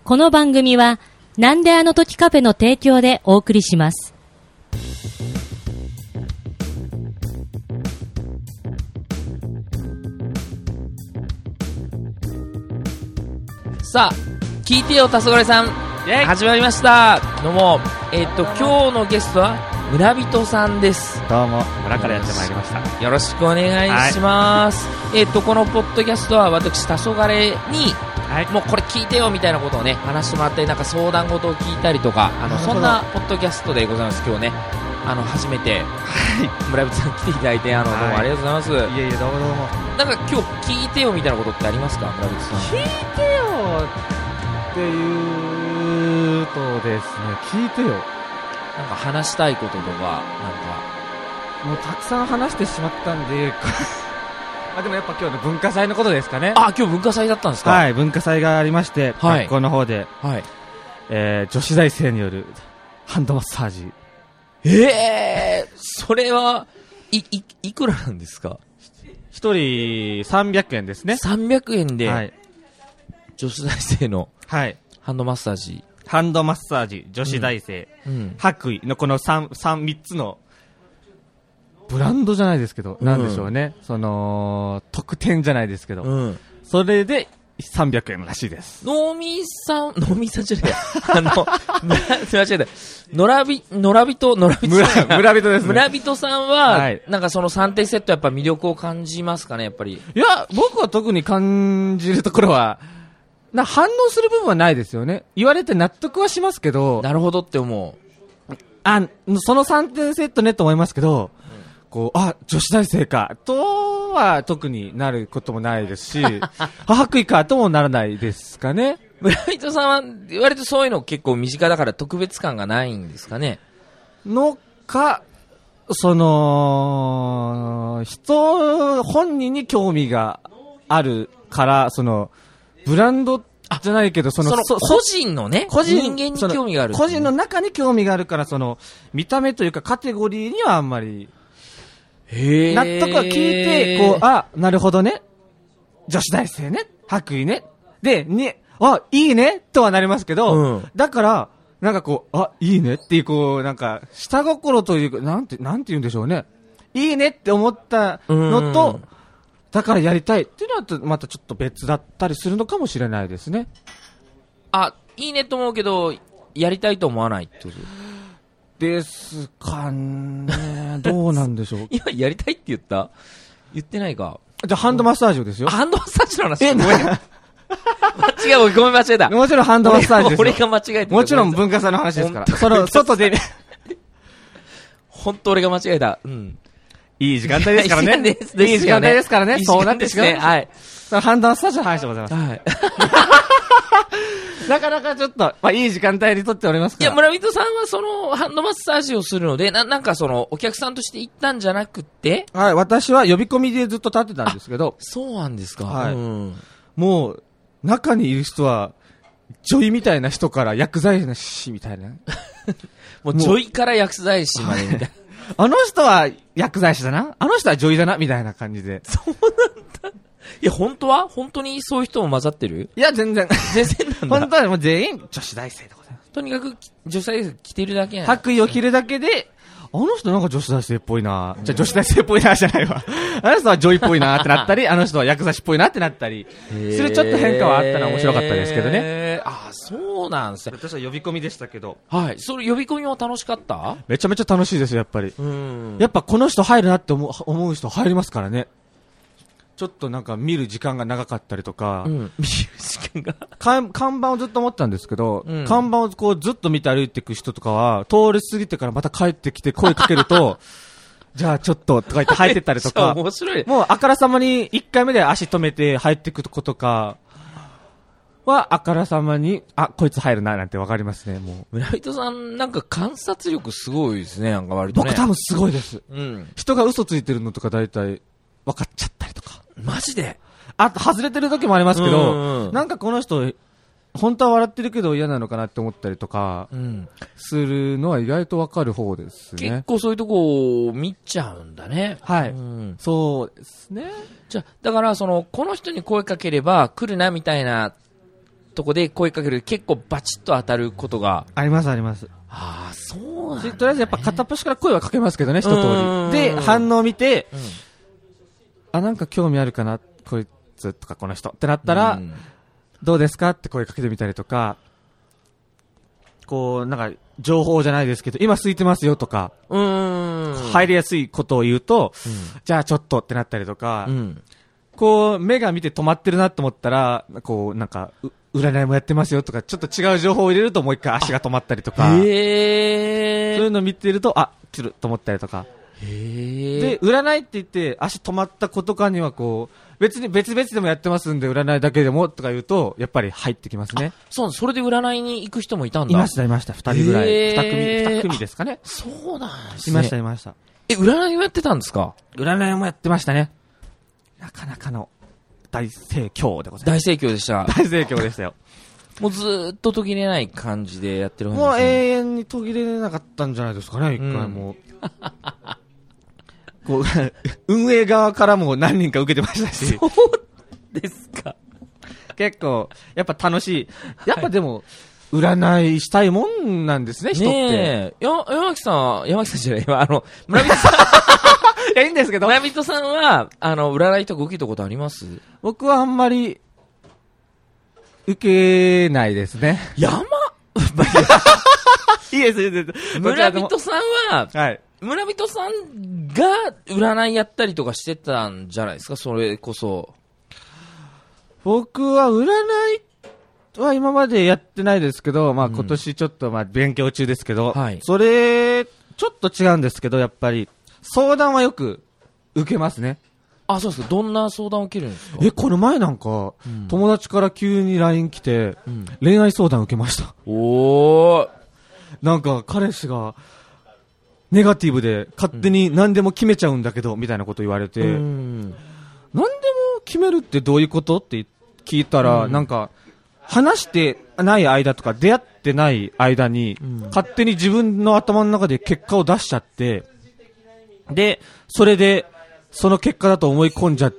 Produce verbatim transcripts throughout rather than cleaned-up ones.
この番組はなんであの時カフェの提供でお送りします。 さあ聞いてよ黄昏さん始まりました。どうもえっと今日のゲストは村人さんです。 どうも村からやってまいりました。 よろしくお願いします、はい、えっとこのポッドキャストは私黄昏に、はい、もうこれ聞いてよみたいなことをね話してもらったり、なんか相談事を聞いたりとか、あのそんなポッドキャストでございます。今日ねあの初めて、はい、村人さん来ていただいてあの、はい、どうもありがとうございます。 いえいえどうもどうも。 なんか今日聞いてよみたいなことってありますか村人さん。 聞いてよっていうとですね、聞いてよなんか話したいこととかなんかもうたくさん話してしまったんであでもやっぱ今日の文化祭のことですかね。 あ、今日文化祭だったんですか。 はい、文化祭がありまして、はい、学校の方で、はいえー、女子大生によるハンドマッサージ。 えー、それはいいいくらなんですか。 一人さんびゃくえんですね。 さんびゃくえんで、はい、女子大生のハンドマッサージ、はい、 ハンドマッサージ女子大生、うんうん、白衣のこの 3, 3, みっつのブランドじゃないですけど、うん、なんでしょうね、その特典じゃないですけど、うん、それでさんびゃくえんらしいです。 のみさん、のみさんじゃないあの間違えた。のらび、のらびと、のらびとさん。 村人ですね。 村人さんは、はい、なんかそのさんてんセットやっぱ魅力を感じますかね、やっぱり。 いや、僕は特に感じるところは、な反応する部分はないですよね。言われて納得はしますけど。 なるほどって思う。 あ、そのさんてんセットねと思いますけど、こうあ女子大生かとは特になることもないですし白衣かともならないですかね。 村人さんは割とそういうの結構身近だから特別感がないんですかね。 のかその人本人に興味があるからそのブランドじゃないけどそのその個人のね個人人間に興味がある、 個人の中に興味があるからその見た目というかカテゴリーにはあんまりへ納得は聞いて、こう、あ、なるほどね。女子大生ね。白衣ね。で、ね、あ、いいねとはなりますけど、うん、だから、なんかこう、あ、いいねっていう、こう、なんか、下心というか、なんて、なんて言うんでしょうね。いいねって思ったのと、だからやりたいっていうのは、またちょっと別だったりするのかもしれないですね。 あ、いいねと思うけど、やりたいと思わないってことですかね。どうなんでしょう。 今やりたいって言った言ってないか。 じゃあハンドマッサージをですよ。 ハンドマッサージの話。え、ごめん。間違え、ごめん間違えた。 もちろんハンドマッサージですよ。 俺が間違えた。 もちろん文化祭の話ですから。その、外で。 本当俺が間違えた。うん。 いい時間帯ですからね。いい時間帯ですからね。そうなってしまう。 はい。 ハンドマッサージの話でございます。はい。なかなかちょっと、まあ、いい時間帯にとっておりますから。 いや、村人さんはその、ハンドマッサージをするので、な、なんかその、お客さんとして行ったんじゃなくてはい、私は呼び込みでずっと立ってたんですけど。 そうなんですか。 はい。うん、もう、中にいる人は、女医みたいな人から薬剤師みたいな。 もう女医から薬剤師までみたいな。 あの人は薬剤師だな。あの人は女医だな、みたいな感じで。 そうなんだ。いや、本当は本当にそういう人も混ざってる？ いや、全然。 全然なんだ。 本当はもう全員女子大生でございます。 とにかく女子大生着てるだけなんです、ね。 白衣を着るだけで、あの人なんか女子大生っぽいな、うん、じゃあ女子大生っぽいなじゃないわ。あの人は女医っぽいなってなったり、あの人は薬剤師っぽいなってなったりするちょっと変化はあったら面白かったですけどね。 あ、そうなんですね。 私は呼び込みでしたけど。 はい。それ呼び込みは楽しかった？ めちゃめちゃ楽しいですよ、やっぱり。うん。やっぱこの人入るなって思う、思う人入りますからね。ちょっとなんか見る時間が長かったりとか、うん、見る時間が看板をずっと持ったんですけど、うん、看板をこうずっと見て歩いていく人とかは通り過ぎてからまた帰ってきて声かけるとじゃあちょっととか言って入ってったりとか面白い。 もうあからさまにいっかいめで足止めて入っていくとことかはあからさまにあこいつ入るななんてわかりますね。もう村人さんなんか観察力すごいですね。なんか割とね。 僕多分すごいです、うん、人が嘘ついてるのとか大体分かっちゃったりとか。 マジであと外れてる時もありますけど、うんうん、なんかこの人本当は笑ってるけど嫌なのかなって思ったりとかするのは意外と分かる方ですね。 結構そういうとこを見ちゃうんだね。 はい、うん、そうですね。 じゃあだからそのこの人に声かければ来るなみたいなとこで声かける結構バチッと当たることがありますあります。 ああ、そうなんだ、ね。 とりあえずやっぱ片っ端から声はかけますけどね、一通り。で、反応を見て、うん、あ、なんか興味あるかな、こいつとかこの人ってなったら、うん、どうですかって声かけてみたりとか、こう、なんか、情報じゃないですけど、今空いてますよとか、うーん、入りやすいことを言うと、うん、じゃあちょっとってなったりとか、うん、こう、目が見て止まってるなと思ったら、こう、なんか、占いもやってますよとか、ちょっと違う情報を入れるともう一回足が止まったりとか、へー、そういうのを見てると、あ、来ると思ったりとか。へー。で、占いって言って足止まった子とかにはこう、別に別々でもやってますんで、占いだけでもとか言うと、やっぱり入ってきますね。 そう、それで占いに行く人もいたんだ。 いました、いました。二人ぐらい。二組、二組ですかね。 そうなんですね。 いました、いました。 え、占いもやってたんですか？ 占いもやってましたね。なかなかの大盛況でございます。 大盛況でした。 大盛況でしたよ。 もうずーっと途切れない感じでやってるんですね。もう永遠に途切れなかったんじゃないですかね、一回も。こう運営側からも何人か受けてましたし。 そうですか。 結構、やっぱ楽しい。やっぱでも、占いしたいもんなんですね、人って。 ねえ。や、山木さん、山木さんじゃない、あの、村人さん。 いや、いいんですけど。 村人さんは、あの、占いとか受けたことあります？ 僕はあんまり、受けないですね。 山いいです、いいです。 村人さんは、 はい。 村人さんが占いやったりとかしてたんじゃないですか、それこそ。 僕は占いは今までやってないですけど、まあ今年ちょっとまあ勉強中ですけど、うん、はい、それ、ちょっと違うんですけど、やっぱり、相談はよく受けますね。 あ、そうですか。どんな相談を受けるんですか？ え、この前なんか、うん、友達から急に ライン 来て、うん、恋愛相談受けました。 おー。 なんか彼氏が、ネガティブで勝手に何でも決めちゃうんだけど、うん、みたいなこと言われて、うん、何でも決めるってどういうことって聞いたら、うん、なんか、話してない間とか出会ってない間に、うん、勝手に自分の頭の中で結果を出しちゃって、で、それで、その結果だと思い込んじゃって、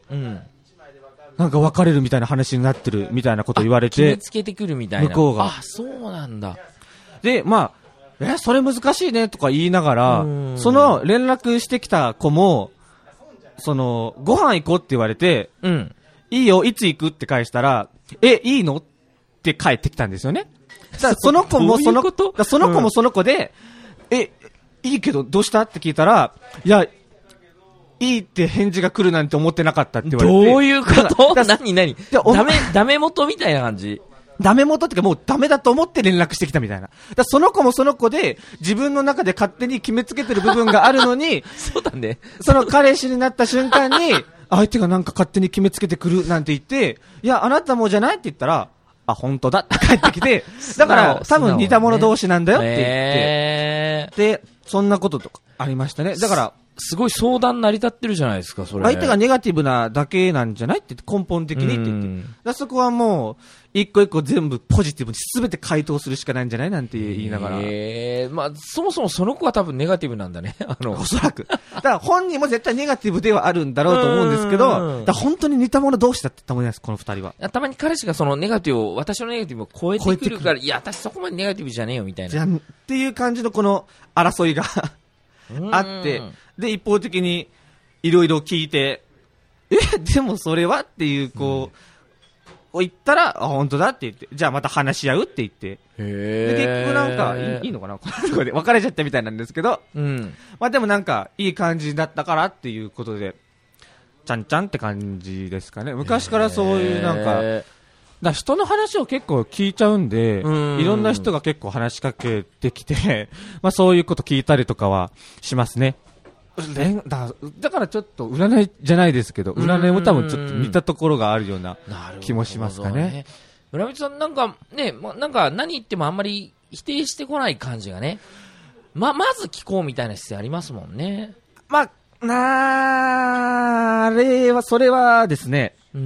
うん、なんか別れるみたいな話になってるみたいなこと言われて、決めつけてくるみたいな。 向こうが。 あ、そうなんだ。 で、まあ、え、それ難しいねとか言いながら、その連絡してきた子も、その、ご飯行こうって言われて、うん、いいよ、いつ行くって返したら、え、いいのって帰ってきたんですよね。だその子もその、ううその子もその子で、うん、え、いいけどどうしたって聞いたら、いや、いいって返事が来るなんて思ってなかったって言われて。 どういうこと何何ダメ、ダメ元みたいな感じ。 ダメ元っていうかもうダメだと思って連絡してきたみたいな。だその子もその子で自分の中で勝手に決めつけてる部分があるのに、 そうだね。 その彼氏になった瞬間に、相手がなんか勝手に決めつけてくるなんて言って、いや、あなたもじゃないって言ったら、あ、本当だって帰ってきて、だから多分似た者同士なんだよって言って、えー、で、そんなこととかありましたね。だから、 すごい相談成り立ってるじゃないですか、それ。 相手がネガティブなだけなんじゃないって言って、根本的にって言って。だそこはもう、一個一個全部ポジティブに全て回答するしかないんじゃないなんて言いながら。 えー、まあ、そもそもその子は多分ネガティブなんだね。あの。 おそらく。だから本人も絶対ネガティブではあるんだろうと思うんですけど、だ本当に似た者同士だってたもんです、この二人は。 たまに彼氏がそのネガティブを、私のネガティブを超えてくるから、いや、私そこまでネガティブじゃねえよみたいな。 じゃっていう感じのこの争いがあって、で、一方的にいろいろ聞いて、え、でもそれはっていう、こう、うん、言ったら、あ、本当だって言って、じゃあまた話し合うって言って、へで、結局なんかいい、いいのかなこのとこで別れちゃったみたいなんですけど、うん、まあでもなんか、いい感じだったからっていうことで、ちゃんちゃんって感じですかね。昔からそういうなんか、だ人の話を結構聞いちゃうんで、うんいろんな人が結構話しかけてきて、まあそういうこと聞いたりとかはしますね。だ, だからちょっと占いじゃないですけど、占いも多分ちょっと似たところがあるような気もしますかね。 村光さんなんかね、ま、なんか何言ってもあんまり否定してこない感じがね、ま、まず聞こうみたいな姿勢ありますもんね。 まあ、なあれは、それはですね、うん、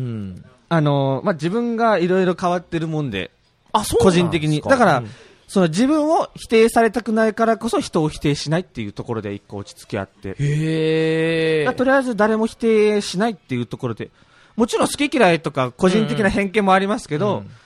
あの、まあ、自分がいろいろ変わってるもんで、 あ、そう個人的に。だから、うんその自分を否定されたくないからこそ人を否定しないっていうところで一個落ち着きあって。へー。とりあえず誰も否定しないっていうところで、もちろん好き嫌いとか個人的な偏見もありますけど、うんうん、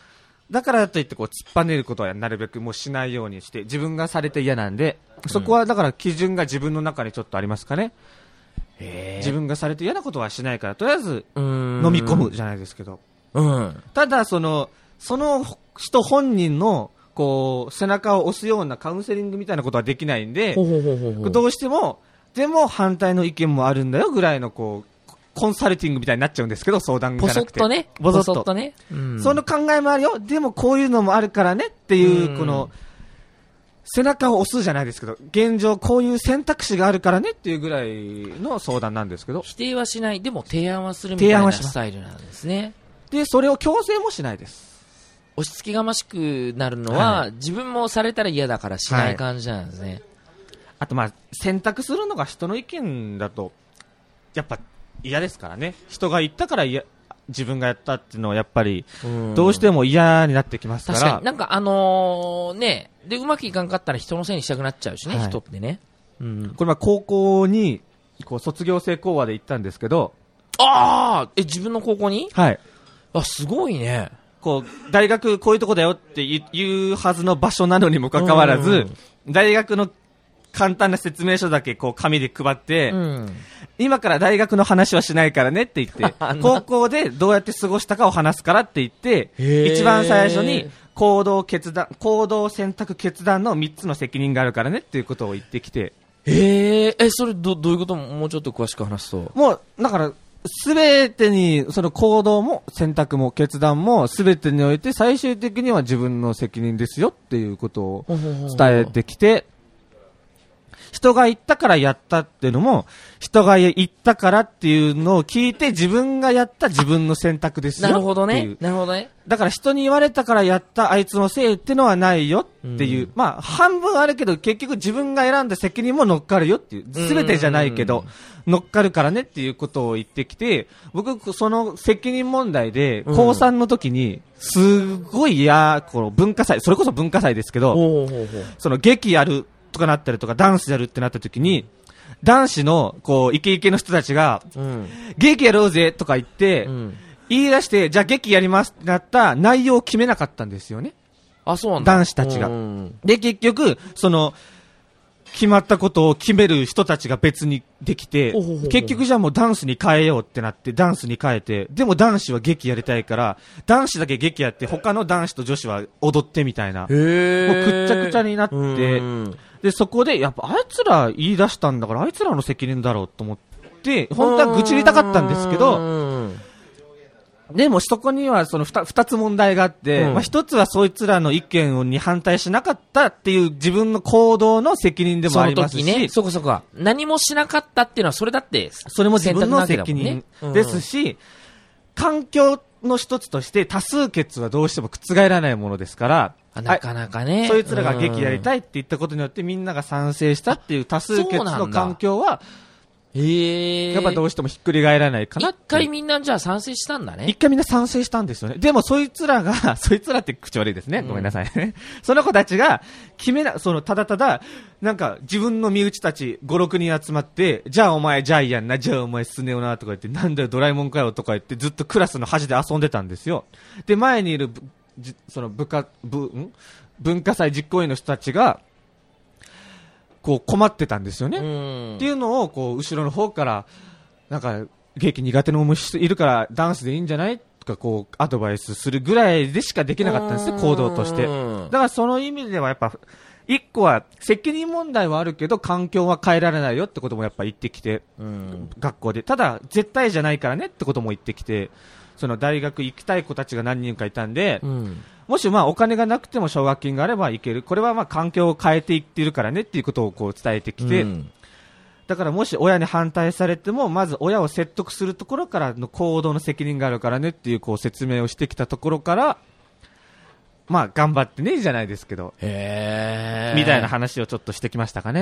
だからといってこう突っぱねることはなるべくもうしないようにして、自分がされて嫌なんで、そこはだから基準が自分の中にちょっとありますかね。へ自分がされて嫌なことはしないから、とりあえず飲み込むじゃないですけど、うん、ただそのその人本人のこう背中を押すようなカウンセリングみたいなことはできないんで、ほうほうほうほう、どうしてもでも反対の意見もあるんだよぐらいのこうコンサルティングみたいになっちゃうんですけど、相談じゃなくてボソッとね、ボソッとね、うん、その考えもあるよ、でもこういうのもあるからねっていう、うん、この背中を押すじゃないですけど、現状こういう選択肢があるからねっていうぐらいの相談なんですけど、 否定はしない、でも提案はするみたいなスタイルなんですね。 でそれを強制もしないです。 押し付けがましくなるのは、はい、自分もされたら嫌だからしない感じなんですね。はい、 あとまあ選択するのが人の意見だとやっぱ嫌ですからね。人が言ったから嫌、自分がやったっていうのはやっぱりどうしても嫌になってきますから。 確かになんかあのー、ねでうまくいかんかったら人のせいにしたくなっちゃうしね、はい、人ってね、 うん、これは高校にこう卒業生講話で行ったんですけど、 ああえ自分の高校に、 はい、 あすごいね。 こう大学こういうとこだよって言うはずの場所なのにもかかわらず、大学の簡単な説明書だけこう紙で配って、うん、今から大学の話はしないからねって言って高校でどうやって過ごしたかを話すからって言って一番最初に行動決断行動選択決断のみっつの責任があるからねっていうことを言ってきて、 えー、えそれ ど, どういうことももうちょっと詳しく話すと、 もうだからすべてにその行動も選択も決断もすべてにおいて最終的には自分の責任ですよっていうことを伝えてきて、人が言ったからやったっていうのも人が言ったからっていうのを聞いて自分がやった自分の選択ですよっていう。なるほどね。 なるほどね。 だから人に言われたからやったあいつのせいってのはないよっていう、うん、まあ半分あるけど結局自分が選んだ責任も乗っかるよっていう、全てじゃないけど乗っかるからねっていうことを言ってきて、僕その責任問題で高さんの時にすごい嫌、この文化祭、それこそ文化祭ですけど、その劇やるとかなったりとかダンスやるってなった時に男子のこうイケイケの人たちが、うん、劇やろうぜとか言って、うん、言い出してじゃあ劇やりますってなった内容を決めなかったんですよね。 あ、そうなんだ。 男子たちが。で結局その決まったことを決める人たちが別にできて、ほほほほ結局じゃあもうダンスに変えようってなってダンスに変えて、でも男子は劇やりたいから男子だけ劇やって他の男子と女子は踊ってみたいな、もうくっちゃくちゃになって、でそこでやっぱあいつら言い出したんだからあいつらの責任だろうと思って本当は愚痴りたかったんですけど、でもそこにはその 2, 2つ問題があって、うん、まあ、ひとつはそいつらの意見に反対しなかったっていう自分の行動の責任でもありますし、 その時ね、そこそこ何もしなかったっていうのはそれだってそれも自分の責任ですし、ね、うん、環境の一つとして多数決はどうしても覆らないものですから、 なかなかね、 そいつらが劇やりたいって言ったことによってみんなが賛成したっていう多数決の環境はえー、やっぱどうしてもひっくり返らないかなって。 一回みんなじゃあ賛成したんだね。 一回みんな賛成したんですよね。でもそいつらがそいつらって口悪いですね、うん、ごめんなさいね。その子たちが決めな、そのただただなんか自分の身内たちご、ろくにん集まって、じゃあお前ジャイアンな、じゃあお前スネ夫なとか言って、なんだよドラえもんかよとか言ってずっとクラスの端で遊んでたんですよ。で前にいるその部下部ん文化祭実行委員の人たちがこう困ってたんですよね。っていうのをこう後ろの方からなんか劇苦手な人いるからダンスでいいんじゃないとかこうアドバイスするぐらいでしかできなかったんですね、行動として。だからその意味ではやっぱ一個は責任問題はあるけど環境は変えられないよってこともやっぱ言ってきて、学校でただ絶対じゃないからねってことも言ってきて、その大学行きたい子たちが何人かいたんで、うん、もしまあお金がなくても奨学金があれば行ける、これはまあ環境を変えていっているからねっていうことをこう伝えてきて、うん、だからもし親に反対されてもまず親を説得するところからの行動の責任があるからねっていうこう説明をしてきたところからまあ頑張ってねじゃないですけど、へーみたいな話をちょっとしてきましたかね。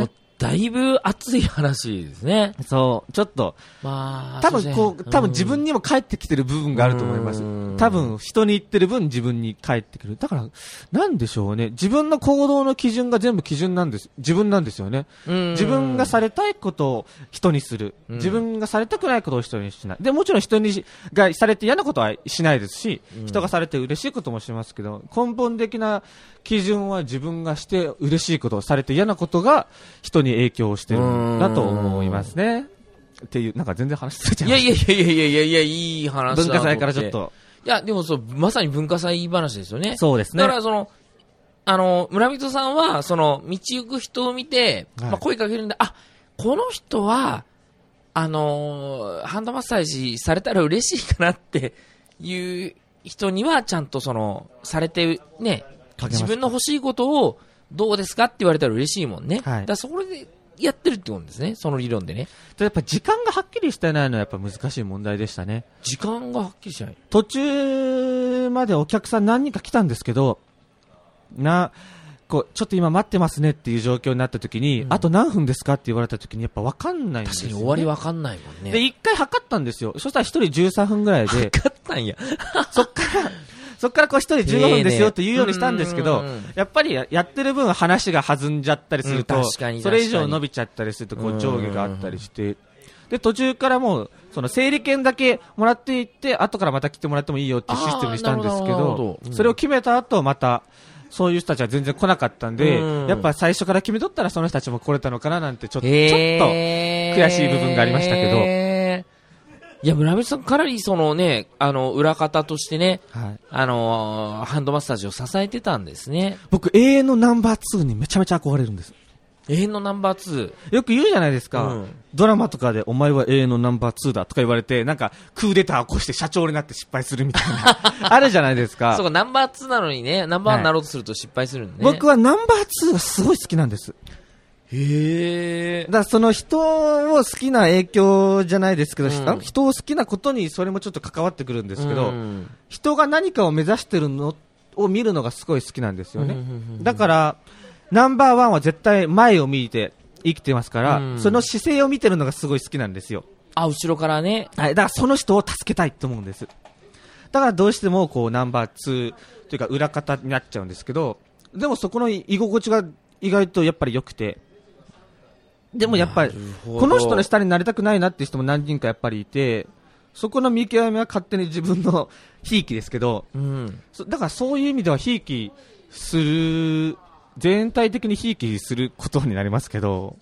だいぶ熱い話ですね。 そう、ちょっと、 まあ、 多分こう、多分自分にも返ってきてる部分があると思います。多分人に言ってる分自分に返ってくる。だから、なんでしょうね。自分の行動の基準が全部基準なんです。自分なんですよね。自分がされたいことを人にする。自分がされたくないことを人にしない。で、もちろん人にがされて嫌なことはしないですし、人がされて嬉しいこともしますけど、根本的な基準は自分がして嬉しいことをされて嫌なことが人に影響してるんだと思いますね。っていう、なんか全然話つれちゃいました。 いやいやいやいやいやいや、いい話だと思って。 文化祭からちょっと。 いや、でもそう、まさに文化祭話ですよね。 そうですね。 だからその、あの、村人さんは、その、道行く人を見て、はい、まあ、声かけるんで、あ、この人は、あのー、ハンドマッサージされたら嬉しいかなっていう人には、ちゃんとその、されて、ね、自分の欲しいことを、どうですかって言われたら嬉しいもんね。はい、だからそれでやってるってことですね、その理論でね。 やっぱ時間がはっきりしてないのはやっぱ難しい問題でしたね。 時間がはっきりしない。 途中までお客さん何人か来たんですけど、な、こう、ちょっと今待ってますねっていう状況になった時に、うん、あと何分ですかって言われた時にやっぱ分かんないんですよ、ね。 確かに終わり分かんないもんね。 で、一回測ったんですよ。そしたら一人じゅうさんぷんぐらいで。 測ったんや。 そっから、そっからこう一人じゅうごふんですよって言うようにしたんですけど、やっぱりやってる分話が弾んじゃったりすると、それ以上伸びちゃったりするとこう上下があったりして、で、途中からもう、その整理券だけもらっていって、後からまた来てもらってもいいよっていうシステムにしたんですけど、それを決めた後また、そういう人たちは全然来なかったんで、やっぱ最初から決めとったらその人たちも来れたのかななんてちょっと、ちょっと悔しい部分がありましたけど、 いや、村人さんかなりそのね、あの、裏方としてね、はい、あのー、ハンドマッサージを支えてたんですね。 僕、永遠のナンバーツーにめちゃめちゃ憧れるんです。 永遠のナンバーツーよく言うじゃないですか、うん、ドラマとかでお前は永遠のナンバーツーだとか言われて、なんかクーデターを起こして社長になって失敗するみたいなあるじゃないですか。 そうか、ナンバーツーなのにね、ナンバーワンになろうとすると失敗するんでね、 はい、僕はナンバーツーがすごい好きなんです。 へー。 だからその人を好きな影響じゃないですけど、うん、人を好きなことにそれもちょっと関わってくるんですけど、うん、人が何かを目指してるのを見るのがすごい好きなんですよね、うん、だからナンバーワンは絶対前を見て生きてますから、うん、その姿勢を見てるのがすごい好きなんですよ。 あ、後ろからね。 はい、だからその人を助けたいと思うんです。だからどうしてもこうナンバーツーというか裏方になっちゃうんですけど、でもそこの居心地が意外とやっぱり良くて、でもやっぱりこの人の下になりたくないなっていう人も何人かやっぱりいて、そこの見極めは勝手に自分のひいきですけど、うん、だからそういう意味ではひいきする、全体的にひいきすることになりますけど、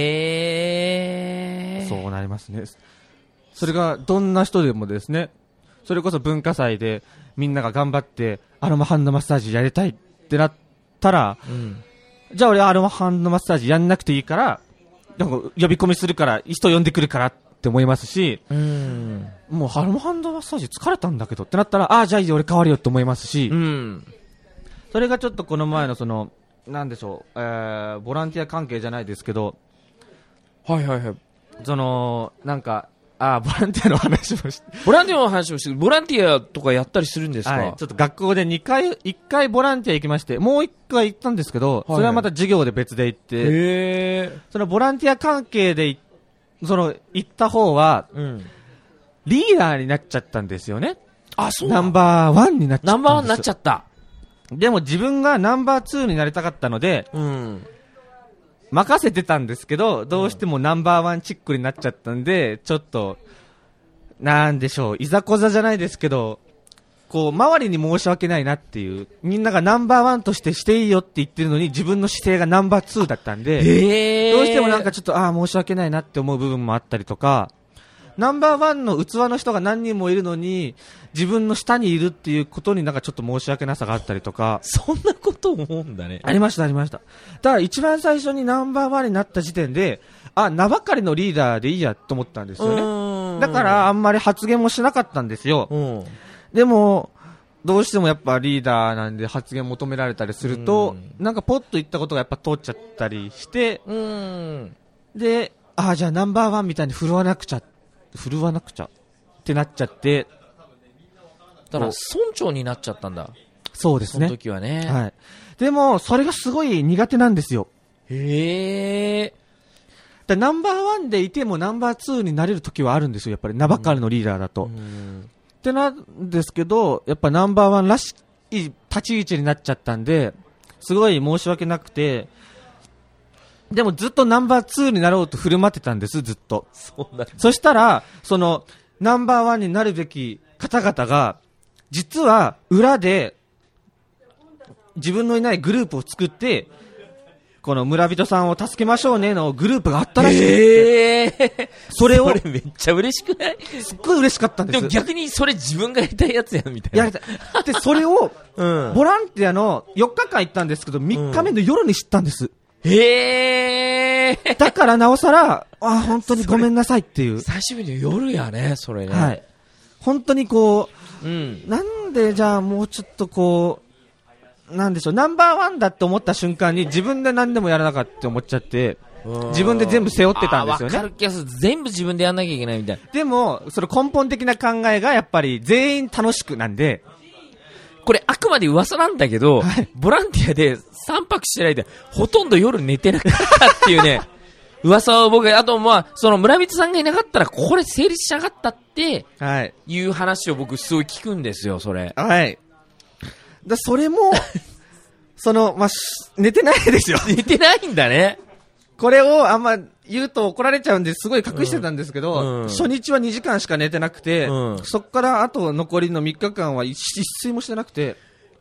へー、 そうなりますね。それがどんな人でもですね、それこそ文化祭でみんなが頑張ってアロマハンドマッサージやりたいってなったら、うん、じゃあ俺アロマハンドマッサージやんなくていいからなんか呼び込みするから人呼んでくるからって思いますし、うん、もうアロマハンドマッサージ疲れたんだけどってなったら、ああじゃあいいよ俺代わるよって思いますし、うん、それがちょっとこの前のそのなんでしょう、えー、ボランティア関係じゃないですけど、 はいはいはい、 そのなんかあボランティアの話もしてボランティアの話もしてボランティアとかやったりするんですか。 はい、ちょっと学校でにかいいっかいボランティア行きまして、もういっかい行ったんですけど、はいはい、それはまた授業で別で行って、へー、そのボランティア関係でその行った方は、うん、リーダーになっちゃったんですよね。 あ、そうナンバーワンになっちゃったんです。 ナンバーワンになっちゃった。 でも自分がナンバーツーになりたかったので、うん、任せてたんですけど、どうしてもナンバーワンチックになっちゃったんで、ちょっとなんでしょう、いざこざじゃないですけど、こう周りに申し訳ないなっていう、みんながナンバーワンとしてしていいよって言ってるのに自分の姿勢がナンバーツーだったんで、どうしてもなんかちょっとああ申し訳ないなって思う部分もあったりとか、ナンバーワンの器の人が何人もいるのに自分の下にいるっていうことになんかちょっと申し訳なさがあったりとか、 そんなこと思うんだね。 ありましたありました。だから一番最初にナンバーワンになった時点で、あ、名ばかりのリーダーでいいやと思ったんですよね。だからあんまり発言もしなかったんですよ。でもどうしてもやっぱリーダーなんで発言求められたりすると、なんかポッと言ったことがやっぱ通っちゃったりして、で、あ、じゃあナンバーワンみたいに振るわなくちゃ振るわなくちゃってなっちゃって、 だから村長になっちゃったんだ。 そうですね。 その時はね。 はい。でもそれがすごい苦手なんですよ。 へえ。 だナンバーワンでいてもナンバーツーになれる時はあるんですよ、やっぱり名ばかりのリーダーだと。 うん、 ってなんですけど、やっぱナンバーワンらしい立ち位置になっちゃったんで、すごい申し訳なくて、でもずっとナンバーツーになろうと振る舞ってたんです、ずっと。 そうなんだ。 そしたら、その、ナンバーワンになるべき方々が、実は裏で、自分のいないグループを作って、この村人さんを助けましょうねのグループがあったらしい。 へー。 それを、 それめっちゃ嬉しくない？ すっごい嬉しかったんです。 でも逆にそれ自分がやりたいやつやんみたいな。 やりたい。で、それを、うん、ボランティアのよっかかん行ったんですけど、みっかめの夜に知ったんです。 うん、へー。 だからなおさら、あ、本当にごめんなさいっていう。 久しぶりの夜やね、それね。 はい。本当にこう、 うん、 なんでじゃあもうちょっとこう、なんでしょう、ナンバーワンだって思った瞬間に自分で何でもやらなかったって思っちゃって、自分で全部背負ってたんですよね。 わかる気がする。全部自分でやんなきゃいけないみたいな。 でも、その根本的な考えがやっぱり全員楽しくなんで、 これあくまで噂なんだけど、はい、ボランティアでさんぱくしてないで、ほとんど夜寝てなかったっていうね、噂を僕、あとまあ、その村人さんがいなかったらこれ成立しなかったって、はい。いう話を僕すごい聞くんですよ、それ。 はい。だそれも、その、まあ、寝てないですよ。 寝てないんだね。 これをあんま言うと怒られちゃうんで、すごい隠してたんですけど、うんうん、初日はにじかんしか寝てなくて、うん、そっからあと残りのみっかかんは一睡もしてなくて。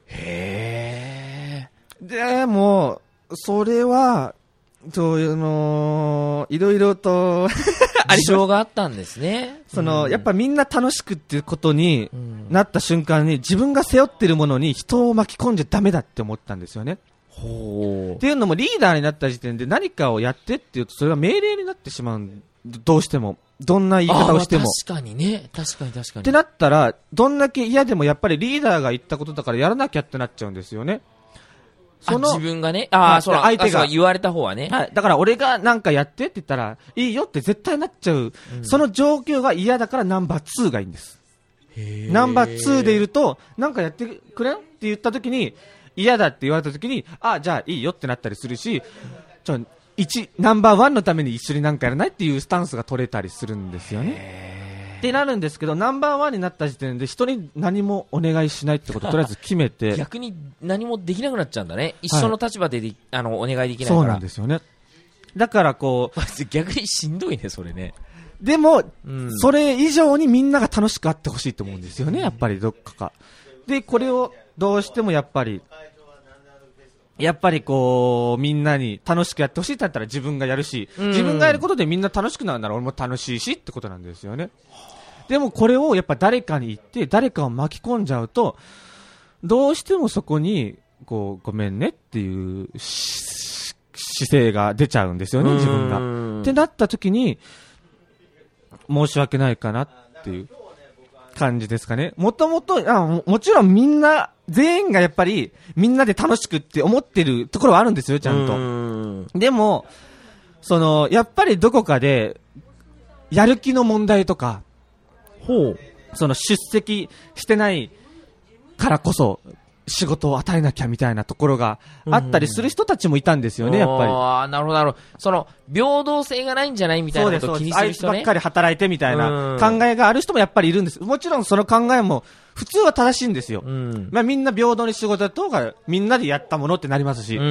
へー。 で、もう、それは、そういうの、いろいろと、 事情があったんですね。 その、うん、やっぱみんな楽しくっていうことになった瞬間に、自分が背負ってるものに人を巻き込んじゃダメだって思ったんですよね。 ほう。 っていうのもリーダーになった時点で何かをやってって言うと、それが命令になってしまう。どうしても。どんな言い方をしても。 確かにね。確かに確かに。 ってなったら、どんだけ嫌でもやっぱりリーダーが言ったことだからやらなきゃってなっちゃうんですよね。 その自分がね、ああ、その相手が言われた方はね。 はい。だから俺がなんかやってって言ったら、いいよって絶対なっちゃう。うん、その状況が嫌だからナンバーツーがいいんです。ナンバーツーでいると、なんかやってくれんって言った時に、嫌だって言われた時に、ああ、じゃあいいよってなったりするし、じゃあ、一、ナンバーワンのために一緒になんかやらないっていうスタンスが取れたりするんですよね。ってなるんですけど、ナンバーワンになった時点で人に何もお願いしないってことをとりあえず決めて逆に何もできなくなっちゃうんだね。一緒の立場で、で、はい、あのお願いできないから。 そうなんですよね。だからこう逆にしんどいね、それね。 でも、うん、それ以上にみんなが楽しくあってほしいと思うんですよね、やっぱりどっかかで、これをどうしてもやっぱりやっぱりこうみんなに楽しくやってほしいってなったら自分がやるし、自分がやることでみんな楽しくなるなら俺も楽しいしってことなんですよね。でもこれをやっぱ誰かに言って誰かを巻き込んじゃうと、どうしてもそこにこうごめんねっていう姿勢が出ちゃうんですよね、自分が。ってなった時に申し訳ないかなっていう感じですかね。もともと、あ、も、もちろんみんな全員がやっぱりみんなで楽しくって思ってるところはあるんですよ、ちゃんと。でもそのやっぱりどこかでやる気の問題とか、ほう、その出席してないからこそ仕事を与えなきゃみたいなところがあったりする人たちもいたんですよね、やっぱり。 ああ、なるほどなるほど。その平等性がないんじゃないみたいなことを気にする人ね。 あいつばっかり働いてみたいな考えがある人もやっぱりいるんです。もちろんその考えも普通は正しいんですよ。うん、まあみんな平等に仕事やった方がみんなでやったものってなりますし。うん、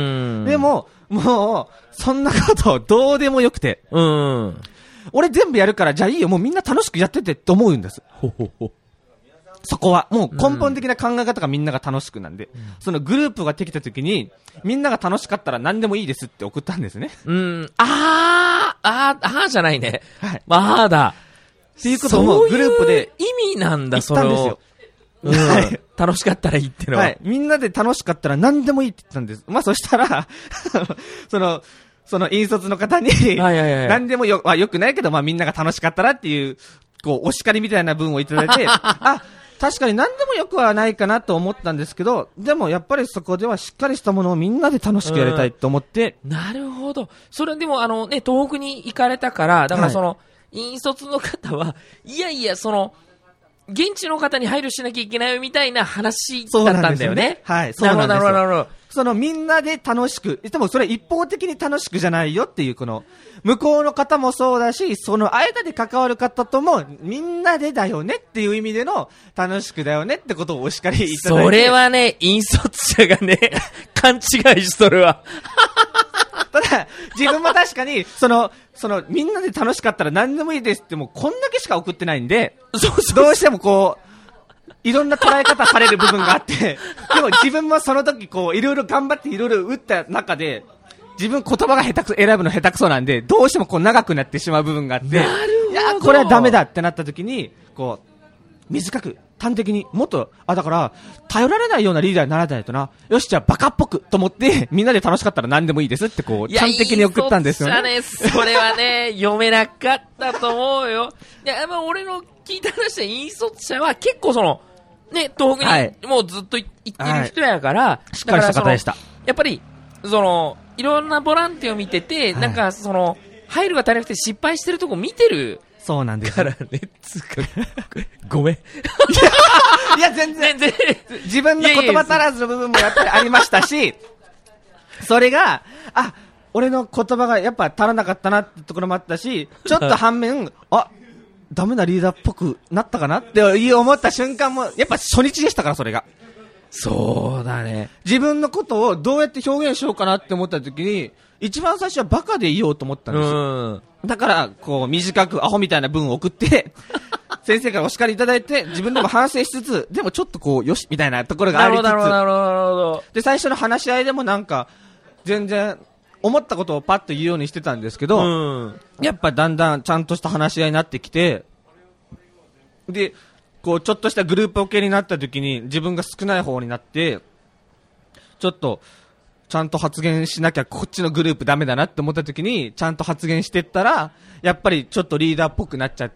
でももうそんなことどうでもよくて。うん、俺全部やるからじゃあいいよ、もうみんな楽しくやっててって思うんです。ほほほ、そこはもう根本的な考え方がみんなが楽しくなんで、うん、そのグループができた時にみんなが楽しかったら何でもいいですって送ったんですね。 うん、あーあーあーじゃないね。はい。まあだ。 っていうこともグループで意味なんだ、それを。言ったんですよ。うん、はい、楽しかったらいいってのは。はい。 みんなで楽しかったら何でもいいって言ったんです。まあそしたらそのその引率の方に、はいはいはい、何でもよ、まあ、よくないけど、まあみんなが楽しかったらっていう、こう、お叱りみたいな文をいただいて、あ、確かに何でもよくはないかなと思ったんですけど、でもやっぱりそこではしっかりしたものをみんなで楽しくやりたいと思って。 うん、なるほど。それでもあのね、東北に行かれたから、だからその、はい、引率の方は、いやいや、その、現地の方に配慮しなきゃいけないみたいな話だったんだよね。 はい、そうなんですよ。 なるほど、なるほど。 そのみんなで楽しく、でもそれ一方的に楽しくじゃないよっていう、この、向こうの方もそうだし、その間で関わる方とも、みんなでだよねっていう意味での、楽しくだよねってことをお叱りいただいて。 それはね、引率者がね、勘違いしとるわ。 ただ、自分も確かに、その、その、みんなで楽しかったら何でもいいですって、もうこんだけしか送ってないんで、 そうそうそう、 どうしてもこう、いろんな捉え方される部分があって、でも自分もその時こう、いろいろ頑張っていろいろ打った中で、自分言葉が下手くそ、選ぶの下手くそなんで、どうしてもこう長くなってしまう部分があって、いや、これはダメだってなった時に、こう、短く、端的に、もっと、あ、だから、頼られないようなリーダーにならないとな、よし、じゃあバカっぽくと思って、みんなで楽しかったら何でもいいですってこう、端的に送ったんですよね。 いや、それはね、読めなかったと思うよ。いや、まあ、俺の聞いた話で、引率者は結構その、ね、東北にもうずっと行ってる人やから、はい、 しっかりした方でした。 やっぱり、その、いろんなボランティアを見てて、はい、なんかその、入るが足りなくて失敗してるとこ見てる。 そうなんですからね、つか、ごめん。いや、全然、全然、自分の言葉足らずの部分もやっぱりありましたし、それが、あ、俺の言葉がやっぱ足らなかったなってところもあったし、ちょっと反面、あ、ダメなリーダーっぽくなったかなって思った瞬間も、やっぱ初日でしたから、それが。 そうだね。 自分のことをどうやって表現しようかなって思った時に、一番最初はバカでいようと思ったんですよ。だから、こう、短くアホみたいな文を送って、先生からお叱りいただいて、自分でも反省しつつ、でもちょっとこう、よし、みたいなところがありつつ。 なるほど、なるほど、なるほど。 で、最初の話し合いでもなんか、全然、思ったことをパッと言うようにしてたんですけど、うん、やっぱだんだんちゃんとした話し合いになってきて、で、こう、ちょっとしたグループ分けになった時に、自分が少ない方になって、ちょっと、ちゃんと発言しなきゃこっちのグループダメだなって思った時に、ちゃんと発言してったら、やっぱりちょっとリーダーっぽくなっちゃって、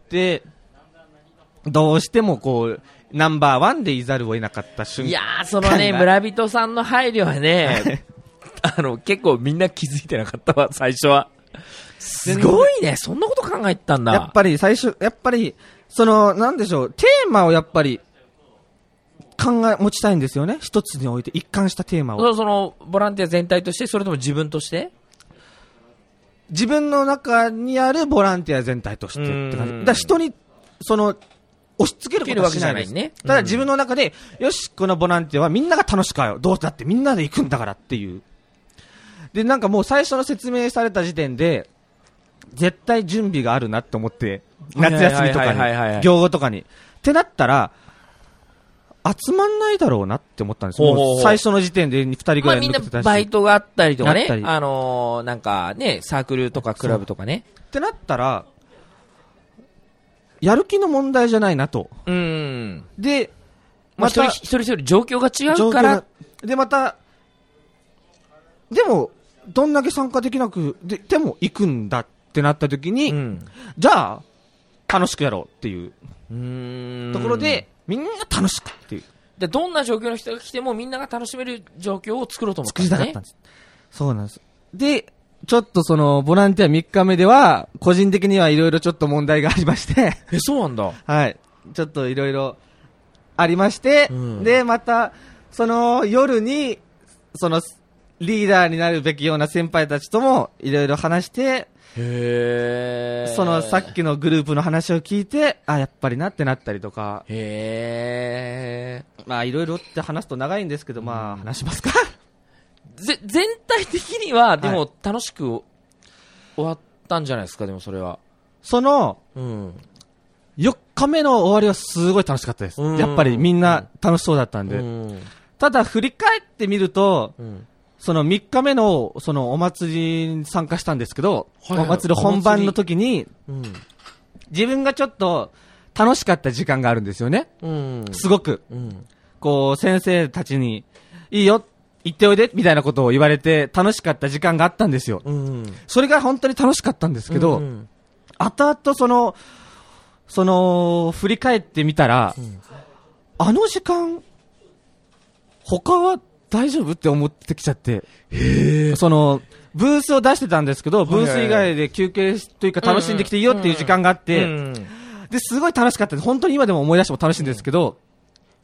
どうしてもこう、ナンバーワンでいざるを得なかった瞬間。 いやー、そのね、村人さんの配慮はね、あの、結構みんな気づいてなかったわ、最初は。すごいね、そんなこと考えてたんだ。 やっぱり最初、やっぱり、その、なんでしょう、テーマをやっぱり、考え、持ちたいんですよね。一つにおいて、一貫したテーマを。 そ, その、ボランティア全体として、それとも自分として自分の中にあるボランティア全体としてって感じ。だから人に、その、押し付けることはしないです。 ね、 ただ自分の中で、よし、このボランティアはみんなが楽しくよ。どうだってみんなで行くんだからっていう。で、なんかもう最初の説明された時点で、絶対準備があるなって思って、夏休みとかに、行後とかに。ってなったら、集まんないだろうなって思ったんですよ。もう最初の時点でふたりぐらい抜けてたし、まあ、みんなバイトがあったりとかね、あのー、なんかね、サークルとかクラブとかね。 ってなったら、やる気の問題じゃないなと。 うん。 で、 また、まあ、一人一人状況が違うから。 で、また、でも、どんだけ参加できなく、で、でも行くんだってなった時に、うん、じゃあ、楽しくやろうっていう、うーんところで、みんな楽しくっていう。 で、どんな状況の人が来てもみんなが楽しめる状況を作ろうと思ったんですね。 作りたかったんです。そうなんです。で、ちょっとその、ボランティアみっかめでは、個人的にはいろいろちょっと問題がありましてえ、そうなんだ。 はい。ちょっといろいろありまして、うん、で、また、その夜に、その、リーダーになるべきような先輩たちともいろいろ話して、 へー。 そのさっきのグループの話を聞いて、あ、やっぱりなってなったりとか。 へー。 まあいろいろって話すと長いんですけど、まあ話しますか。 ぜ、全体的には、でも楽しく終わったんじゃないですか、でもそれは。 その、うん、よっかめの終わりはすごい楽しかったです。やっぱりみんな楽しそうだったんで。うん、ただ振り返ってみると、うんそのみっかめの、そのお祭りに参加したんですけど、はいはい、お祭り本番の時に、うん、自分がちょっと楽しかった時間があるんですよね。うん、すごく、うん。こう、先生たちに、いいよ、行っておいで、みたいなことを言われて楽しかった時間があったんですよ。うん、それが本当に楽しかったんですけど、うん、後々その、その、振り返ってみたら、うん、あの時間、他は、大丈夫って思ってきちゃって、へそのブースを出してたんですけど、ブース以外で休憩というか楽しんできていいよっていう時間があって、うんうん、ですごい楽しかったです。本当に今でも思い出しても楽しいんですけど、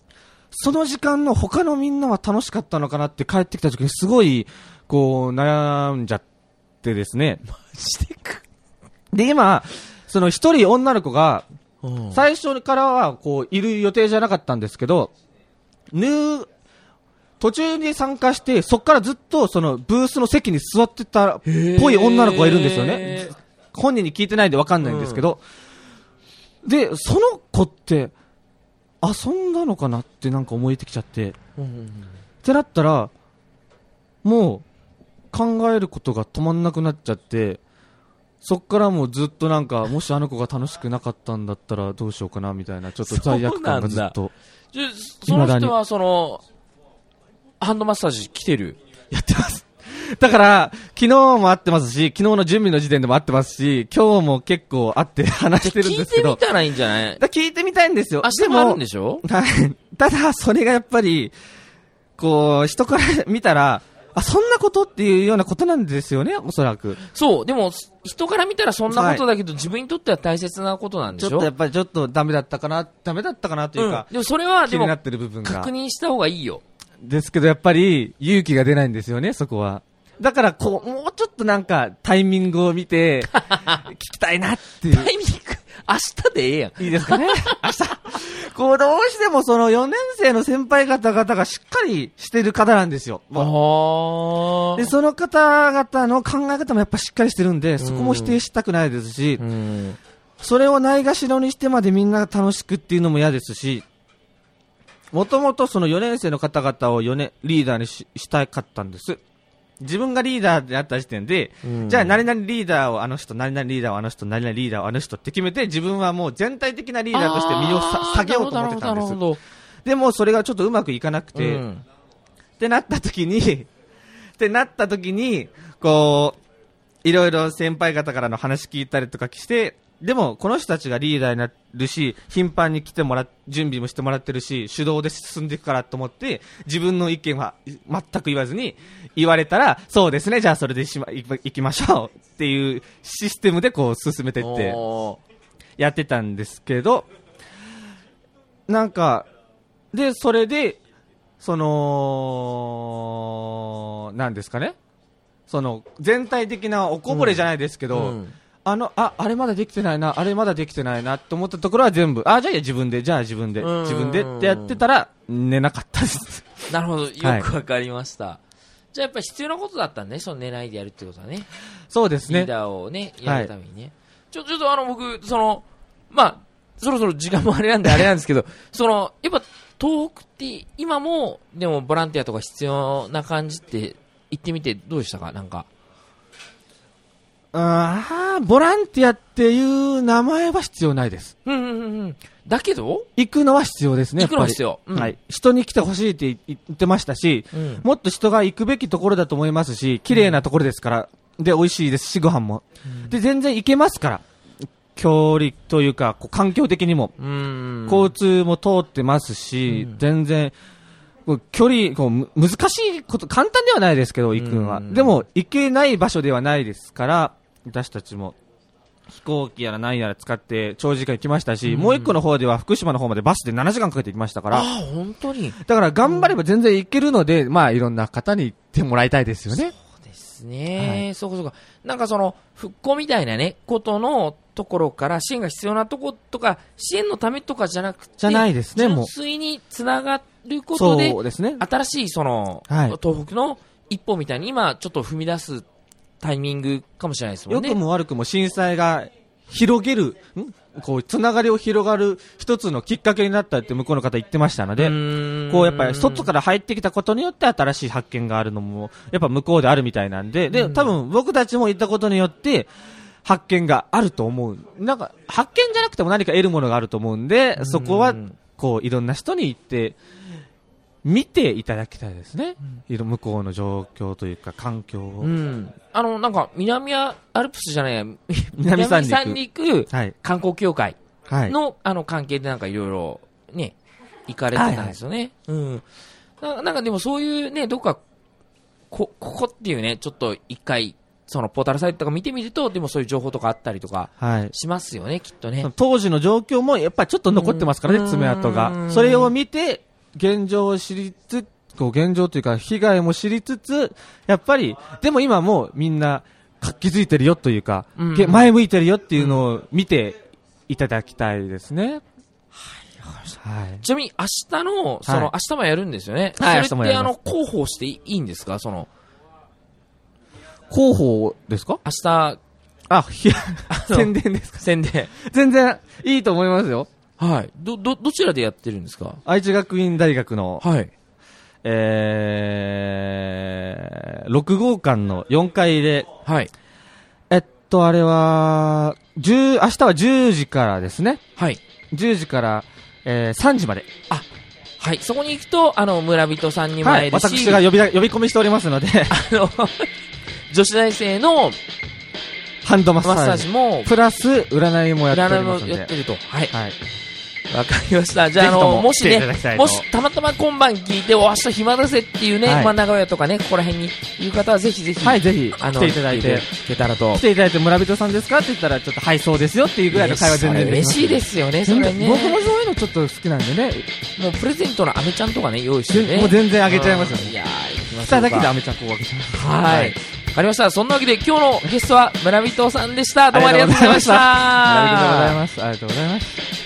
その時間の他のみんなは楽しかったのかなって帰ってきた時にすごい、こう、悩んじゃってですね。 マジでか。 で、今、その一人女の子が、最初からは、こう、いる予定じゃなかったんですけど、ぬ途中に参加して、そっからずっと、その、ブースの席に座ってたっぽい女の子がいるんですよね。本人に聞いてないんでわかんないんですけど、うん、で、その子って、遊んだのかなってなんか思えてきちゃって、うんうんうん、ってなったら、もう、考えることが止まんなくなっちゃって、そっからもうずっとなんか、もしあの子が楽しくなかったんだったらどうしようかなみたいな、ちょっと罪悪感がずっと。 その人はその、ハンドマッサージ来てる？ やってます。だから、昨日も会ってますし、昨日の準備の時点でも会ってますし、今日も結構会って話してるんですけど。 聞いてみたらいいんじゃない？ だ聞いてみたいんですよ。 明日もあるんでしょ？ はい。ただ、それがやっぱり、こう、人から見たら、あ、そんなことっていうようなことなんですよね、おそらく。 そう、でも、人から見たらそんなことだけど、はい、自分にとっては大切なことなんでしょ？ ちょっとやっぱりちょっとダメだったかな、ダメだったかなというか、 うん、でもそれは、でも、 気になってる部分が。 確認した方がいいよ。 ですけど、やっぱり、勇気が出ないんですよね、そこは。だから、こう、もうちょっとなんか、タイミングを見て、聞きたいなっていう。 タイミング、明日でええやん。 いいですかね明日。こう、どうしてもそのよねん生の先輩方々がしっかりしてる方なんですよ。 あで、その方々の考え方もやっぱしっかりしてるんで、そこも否定したくないですし、それをないがしろにしてまでみんなが楽しくっていうのも嫌ですし、もともとそのよねん生の方々をよねんリーダーに し, したかったんです。自分がリーダーであった時点で、うん、じゃあ何々リーダーをあの人、何々リーダーをあの人、何々リーダーをあの人って決めて、自分はもう全体的なリーダーとして身を下げようと思ってたんです。でもそれがちょっとうまくいかなくて、うん、ってなった時に、ってなった時に、こう、いろいろ先輩方からの話聞いたりとかして、でもこの人たちがリーダーになるし、頻繁に来てもらっ、準備もしてもらってるし、主導で進んでいくからと思って、自分の意見は全く言わずに、言われたら、そうですね、じゃあそれでしま、行きましょうっていうシステムでこう進めていって、やってたんですけど、なんか、で、それで、その、なんですかね、その、全体的なおこぼれじゃないですけど、うんうんあの、あ、あれまだできてないな、あれまだできてないなって思ったところは全部、あ、じゃあ自分で、じゃあ自分で、自分でってやってたら、寝なかったです。 なるほど、よくわかりました。はい、じゃあやっぱり必要なことだったんね、その寝ないでやるってことはね。 そうですね。 リーダーをね、やるためにね。はい、ちょ、ちょっとあの、僕、その、まあ、そろそろ時間もあれなんであれなんですけど、その、やっぱ、東北って今も、でもボランティアとか必要な感じって行ってみてどうでしたかなんか。 ああ、ボランティアっていう名前は必要ないです。 うんうんうん。だけど行くのは必要ですね。 行くのは必要。 うん、はい。人に来てほしいって言ってましたし、うん、もっと人が行くべきところだと思いますし、綺麗なところですから、うん、で、美味しいですし、ご飯も。うん、で、全然行けますから。距離というか、こう環境的にも、うん、交通も通ってますし、うん、全然、距離こう難しいこと簡単ではないですけど行くのは、でも行けない場所ではないですから、私たちも飛行機やら何やら使って長時間行きましたし、もう一個の方では福島の方までバスでななじかんかけて行きましたから、 あ本当にだから頑張れば全然行けるので、まあいろんな方に行ってもらいたいですよね。 そうですね、はい、そうかそうか。なんかその復興みたいなねことのところから支援が必要なとことか支援のためとかじゃなくて、 じゃないですね、もう純粋につながることで、 そうですね、 新しいその、はい、東北の一歩みたいに今ちょっと踏み出すタイミングかもしれないですもんね。 良くも悪くも震災が広げる、んこうつながりを広がる一つのきっかけになったって向こうの方言ってましたので、こうやっぱり外から入ってきたことによって新しい発見があるのもやっぱ向こうであるみたいなんで、で多分僕たちも行ったことによって発見があると思う。なんか発見じゃなくても何か得るものがあると思うんで、そこはこういろんな人に行って見ていただきたいですね、うん、向こうの状況というか環境を、うん、 あのなんか南アルプスじゃないや南三陸観光協会の、はい、あの関係でなんかいろいろね行かれてたんですよね、はいはい、うん、な, なんかでもそういうねどっか こ, ここっていうねちょっと一回そのポータルサイトとか見てみるとでもそういう情報とかあったりとかしますよね、はい、きっとね。 当時の状況もやっぱりちょっと残ってますからね、爪痕が。それを見て現状を知りつつ、こう現状というか被害も知りつつ、やっぱり、でも今もうみんな気づいてるよというか、うん、前向いてるよっていうのを見ていただきたいですね。はい、わかりました。はい。ちなみに明日の、その、はい、明日もやるんですよね。 はい、 それってあの、広報していいんですかその、 広報ですか明日、 あ、いや、宣伝ですか宣伝。 全然いいと思いますよ。 はい。ど、ど、どちらでやってるんですか愛知学院大学の、 はい。 えー、ろく号館のよんかいで、 はい。 えっと、あれは、じゅう、明日はじゅうじからですね。 はい。 じゅうじから、えー、さんじまで。 あ、はい。そこに行くと、あの、村人さんにも会えるし、 はい、私が呼び、呼び込みしておりますので、 あの、女子大生の、 ハンドマッサージ。 マッサージも、 プラス、占いもやっておりますので。 占いもやってると。はい。 はい。 わかりました。じゃあ、あの、もしね、もしたまたま今晩聞いて、お、明日暇だぜっていうね、はい、まあ、名古屋とかね、ここら辺にいる方はぜひぜひ、 はい、ぜひ、あの、来ていただいて、 来てたらと。 来ていただいて、村人さんですかって言ったら、ちょっと、はい、そうですよっていうぐらいの会話全然できます。 嬉しいですよね、それね。 僕もそういうのちょっと好きなんでね。 もう、プレゼントのアメちゃんとかね、用意してね。 もう全然あげちゃいますよね。 いやー、行きましょうか。 下だけでアメちゃんこうあげちゃいます。 はい。わかりました。そんなわけで、今日のゲストは村人さんでした。どうもありがとうございました。 ありがとうございます。ありがとうございます。